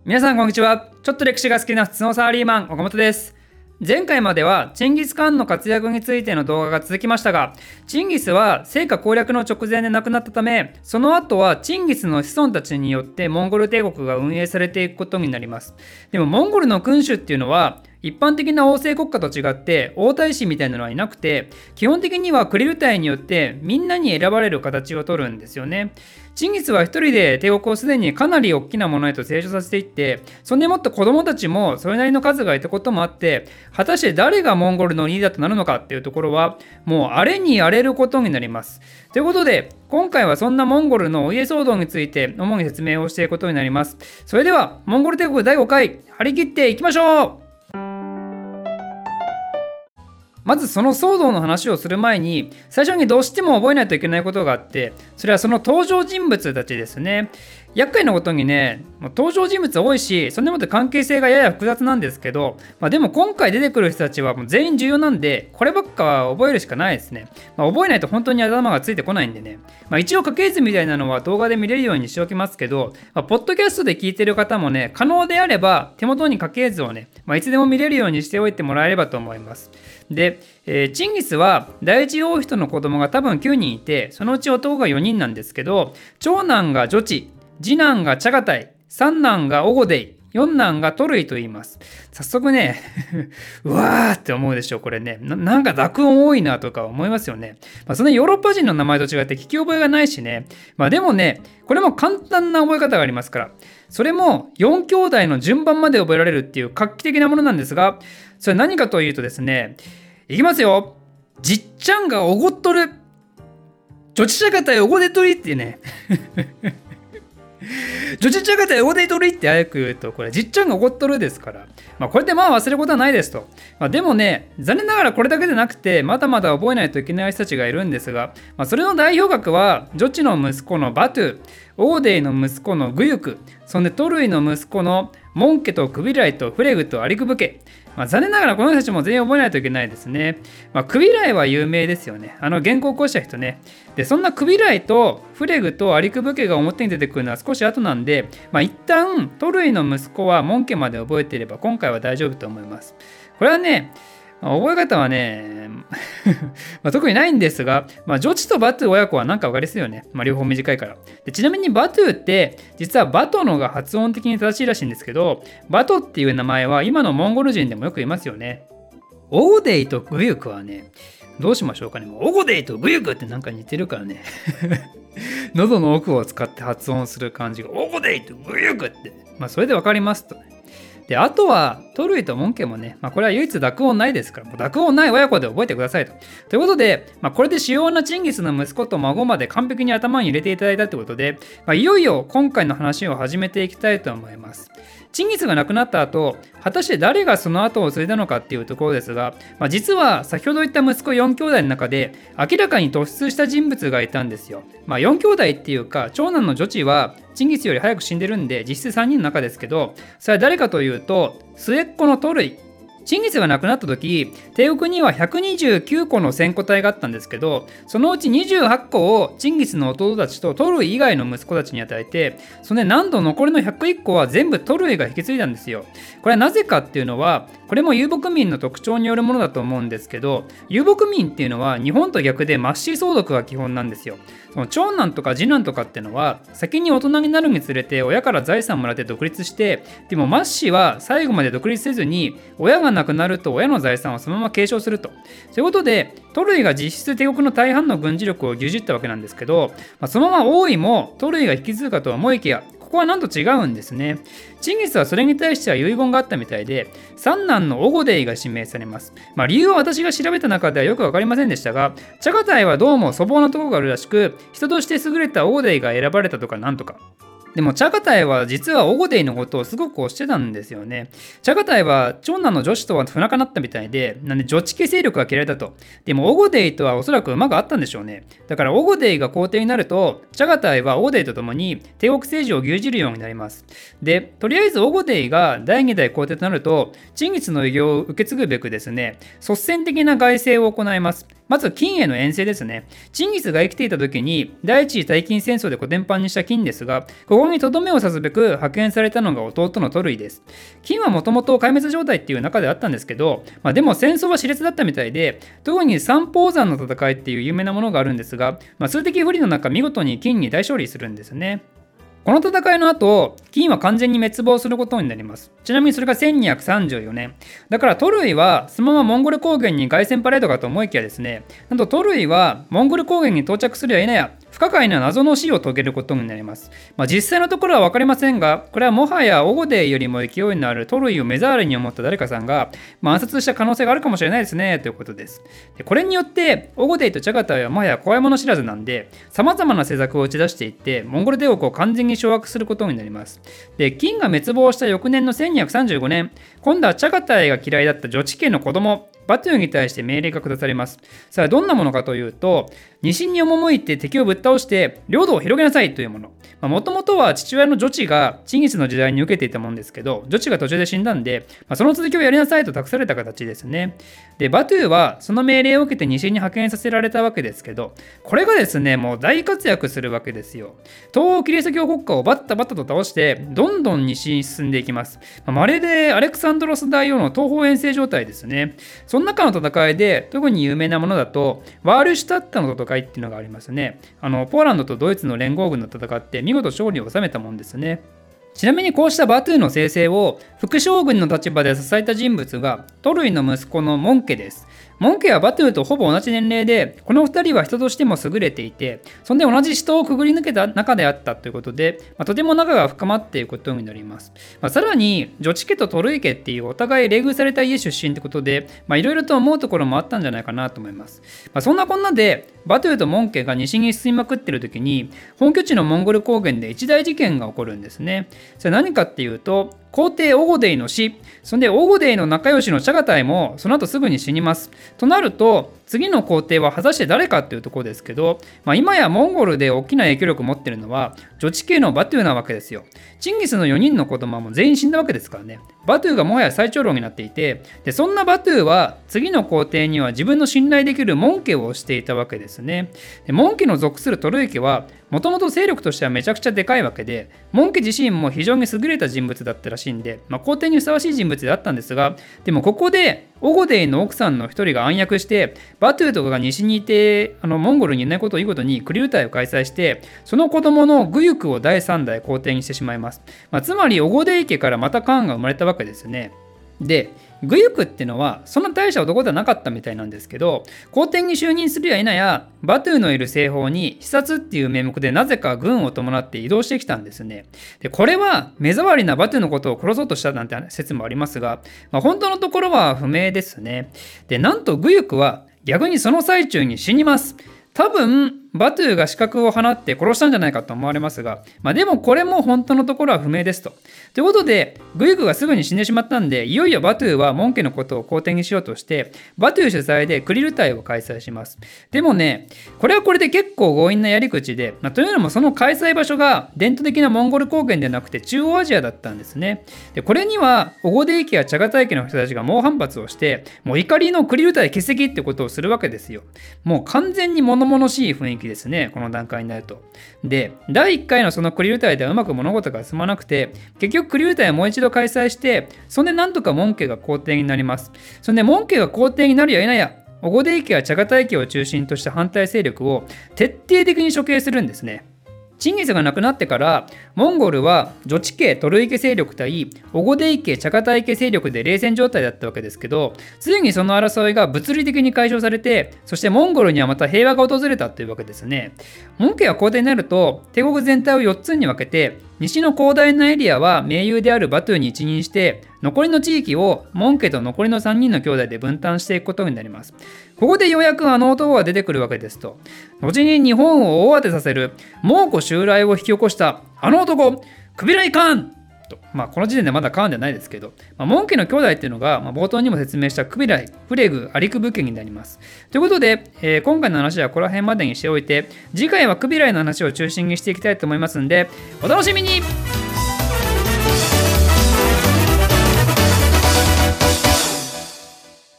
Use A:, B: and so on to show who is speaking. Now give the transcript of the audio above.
A: 皆さんこんにちは。ちょっと歴史が好きな普通のサラリーマン岡本です。前回まではチンギス・カンの活躍についての動画が続きましたが、チンギスは成果攻略の直前で亡くなったため、その後はチンギスの子孫たちによってモンゴル帝国が運営されていくことになります。でもモンゴルの君主っていうのは一般的な王政国家と違って王太子みたいなのはいなくて、基本的にはクリル隊によってみんなに選ばれる形をとるんですよね。チンギスは一人で帝国をすでにかなり大きなものへと成長させていって、そんでもっと子供たちもそれなりの数がいたこともあって、果たして誰がモンゴルのリーダーとなるのかっていうところはもうあれに荒れることになります。ということで今回はそんなモンゴルのお家騒動について主に説明をしていくことになります。それではモンゴル帝国第5回張り切っていきましょう。まずその騒動の話をする前に最初にどうしても覚えないといけないことがあって、それはその登場人物たちですね。厄介なことにね、登場人物多いし、そんなこと関係性がやや複雑なんですけど、でも今回出てくる人たちはもう全員重要なんで、こればっかは覚えるしかないですね。覚えないと本当に頭がついてこないんでね。一応家系図みたいなのは動画で見れるようにしておきますけど、ポッドキャストで聞いてる方もね、可能であれば手元に家系図をね、いつでも見れるようにしておいてもらえればと思います。で、チンギスは第一王妃との子供が多分9人いて、そのうち男が4人なんですけど、長男がジョチ、次男がチャガタイ、三男がオゴデイ、四男がトルイと言います。早速ねうわーって思うでしょ。これね、なんか濁音多いなとか思いますよね。そのヨーロッパ人の名前と違って聞き覚えがないしね。でもね、これも簡単な覚え方がありますから、それも4兄弟の順番まで覚えられるっていう画期的なものなんですが、それ何かというとですね、いきますよ。じっちゃんがおごっとる、ジョチチャガタイおごでとりってねジョチチャガタイおごでとりって早く言うと、これじっちゃんがおごっとるですから、これで忘れることはないですと。でもね、残念ながらこれだけでなくて、まだまだ覚えないといけない人たちがいるんですが、それの代表格はジョチの息子のバトゥ、オーデイの息子のグユク、そんでトルイの息子のモンケとクビライとフレグとアリクブケ。残念ながらこの人たちも全員覚えないといけないですね。クビライは有名ですよね。原稿を起こした人ね。で、そんなクビライとフレグとアリクブケが表に出てくるのは少し後なんで、一旦トルイの息子はモンケまで覚えていれば今回は大丈夫と思います。これはね、覚え方はね特にないんですが、ジョチとバトゥ親子はなんか分かりやすいよね。両方短いから。でちなみにバトゥって実はバトのが発音的に正しいらしいんですけど、バトっていう名前は今のモンゴル人でもよく言いますよね。オーデイとグユクはね、どうしましょうかね。オーデイとグユクってなんか似てるからね喉の奥を使って発音する感じがオーデイとグユクって、それで分かりますと。で、あとはトルイとモンケもね、これは唯一濁音ないですから、濁音ない親子で覚えてくださいと。ということで、これで主要なチンギスの息子と孫まで完璧に頭に入れていただいたということで、いよいよ今回の話を始めていきたいと思います。チンギスが亡くなった後、果たして誰がその後を継いだのかっていうところですが、実は先ほど言った息子4兄弟の中で明らかに突出した人物がいたんですよ。4兄弟っていうか、長男のジョチはチンギスより早く死んでるんで実質3人の中ですけど、それは誰かというと末っ子のトルイ。チンギスが亡くなった時、帝国には129個の先古隊があったんですけど、そのうち28個をチンギスの弟たちとトルイ以外の息子たちに与えて、それでなんと残りの101個は全部トルイが引き継いだんですよ。これはなぜかっていうのは、これも遊牧民の特徴によるものだと思うんですけど、遊牧民っていうのは日本と逆で末子相続が基本なんですよ。その長男とか次男とかっていうのは先に大人になるにつれて親から財産もらって独立して、でも末子は最後まで独立せずに親が亡くなると親の財産をそのまま継承すると。そういうことでトルイが実質帝国の大半の軍事力を牛耳ったわけなんですけど、そのまま王位もトルイが引き継ぐかと思いきや、ここはなんと違うんですね。チンギスはそれに対しては遺言があったみたいで、三男のオゴデイが指名されます。理由は私が調べた中ではよく分かりませんでしたが、チャガタイはどうも粗暴なところがあるらしく、人として優れたオゴデイが選ばれたとかなんとか。でもチャガタイは実はオゴデイのことをすごく推してたんですよね。チャガタイは長男のジョシとは不仲になったみたいで、なんでジョチ家勢力が嫌いだと。でもオゴデイとはおそらく馬があったんでしょうね。だからオゴデイが皇帝になると、チャガタイはオゴデイと共に帝国政治を牛耳るようになります。で、とりあえずオゴデイが第2代皇帝となると、チンギスの偉業を受け継ぐべくですね、率先的な外政を行います。 まず金への遠征ですね。チンギスが生きていた時に第一次大金戦争でコテンパンにした金ですが、ここにとどめを刺すべく派遣されたのが弟のトルイです。金はもともと壊滅状態っていう中であったんですけど、でも戦争は熾烈だったみたいで、特に三宝山の戦いっていう有名なものがあるんですが、数的不利の中見事に金に大勝利するんですね。この戦いの後、金は完全に滅亡することになります。ちなみにそれが1234年。だからトルイはそのままモンゴル高原に凱旋パレードかと思いきやですね、なんとトルイはモンゴル高原に到着するや否や、不可解な謎の死を遂げることになります。実際のところは分かりませんが、これはもはやオゴデイよりも勢いのあるトルイを目障りに思った誰かさんが、暗殺した可能性があるかもしれないですね、ということです。これによって、オゴデイとチャガタイはもはや怖いもの知らずなんで、様々な施策を打ち出していって、モンゴル帝国を完全に掌握することになります。で、金が滅亡した翌年の1235年、今度はチャガタイが嫌いだった女地家の子供、バトゥーに対して命令が下されます。さあ、どんなものかというと、西に赴いて敵をぶっ倒して領土を広げなさいというもの。もともとは父親の女地がチンギスの時代に受けていたものですけど、女地が途中で死んだんで、その続きをやりなさいと託された形ですね。で、バトゥーはその命令を受けて西に派遣させられたわけですけど、これがですね、もう大活躍するわけですよ。東欧キリスト教国家をバッタバッタと倒して、どんどん西に進んでいきます。まるでアレクサンドロス大王の東方遠征状態ですね。その中の戦いで特に有名なものだと、ワールシュタッタの戦いっていうのがありますね。ポーランドとドイツの連合軍の戦って見事勝利を収めたもんですね。ちなみにこうしたバトゥーの生成を副将軍の立場で支えた人物がトルイの息子のモンケです。モンケはバトゥーとほぼ同じ年齢で、この2人は人としても優れていて、そんで同じ死闘をくぐり抜けた仲であったということで、とても仲が深まっていることになります。さらに、女地家とトルイ家っていうお互い冷遇された家出身ってことで、いろいろと思うところもあったんじゃないかなと思います。そんなこんなで、バトゥーとモンケが西に進みまくっている時に、本拠地のモンゴル高原で一大事件が起こるんですね。それ何かっていうと、皇帝オゴデイの死、そんでオゴデイの仲良しのチャガタイもその後すぐに死にます。となると、次の皇帝は果たして誰かっていうところですけど、今やモンゴルで大きな影響力を持っているのは女地系のバトゥーなわけですよ。チンギスの4人の子供はもう全員死んだわけですからね。バトゥーがもはや最長老になっていて、でそんなバトゥーは次の皇帝には自分の信頼できるモン家をしていたわけですね。でモン家の属するトルイ家はもともと勢力としてはめちゃくちゃでかいわけで、モン家自身も非常に優れた人物だったらしいんで、皇帝にふさわしい人物であったんですが、でもここでオゴデイの奥さんの一人が暗躍して、バトゥーとかが西にいてモンゴルにいないことをいいことにクリル隊を開催して、その子供のグユクを第3代皇帝にしてしまいます。つまりオゴデイ家からまたカーンが生まれたわけですね。でグユクっていうのはそんな大した男ではなかったみたいなんですけど、皇帝に就任するや否やバトゥーのいる西方に視察っていう名目でなぜか軍を伴って移動してきたんですね。でこれは目障りなバトゥーのことを殺そうとしたなんて説もありますが、本当のところは不明ですね。でなんとグユクは逆にその最中に死にます。多分バトゥーが刺客を放って殺したんじゃないかと思われますが、でもこれも本当のところは不明ですと。ということで、グユクがすぐに死んでしまったんで、いよいよバトゥーはモン家のことを皇帝にしようとして、バトゥー主催でクリル隊を開催します。でもね、これはこれで結構強引なやり口で、というのもその開催場所が伝統的なモンゴル高原ではなくて中央アジアだったんですね。でこれにはオゴデイ家やチャガタイ家の人たちが猛反発をして、もう怒りのクリル隊欠席ってことをするわけですよ。もう完全に物々しい雰囲気ですね、この段階になると。で、第1回のそのクリル隊ではうまく物事が進まなくて、結局クリル隊はもう一度開催して、そんでなんとかモン家が皇帝になります。そんでモン家が皇帝になるや否や、オゴデイ家やチャガタイ家を中心とした反対勢力を徹底的に処刑するんですね。チンギスが亡くなってからモンゴルは女地家トルイ家勢力対オゴデイ家チャガタイ家勢力で冷戦状態だったわけですけど、ついにその争いが物理的に解消されて、そしてモンゴルにはまた平和が訪れたというわけですね。モン家が皇帝になると帝国全体を4つに分けて、西の広大なエリアは盟友であるバトゥーに一任して、残りの地域をモン家と残りの3人の兄弟で分担していくことになります。ここでようやくあの男が出てくるわけですと。後に日本を大当てさせる蒙古襲来を引き起こしたあの男、クビライ・カーンと。この時点でまだカーンじゃないですけど、モン家の兄弟っていうのが、冒頭にも説明したクビライ、フレグ、アリクブ家になります。ということで、今回の話はこの辺までにしておいて、次回はクビライの話を中心にしていきたいと思いますんで、お楽しみに。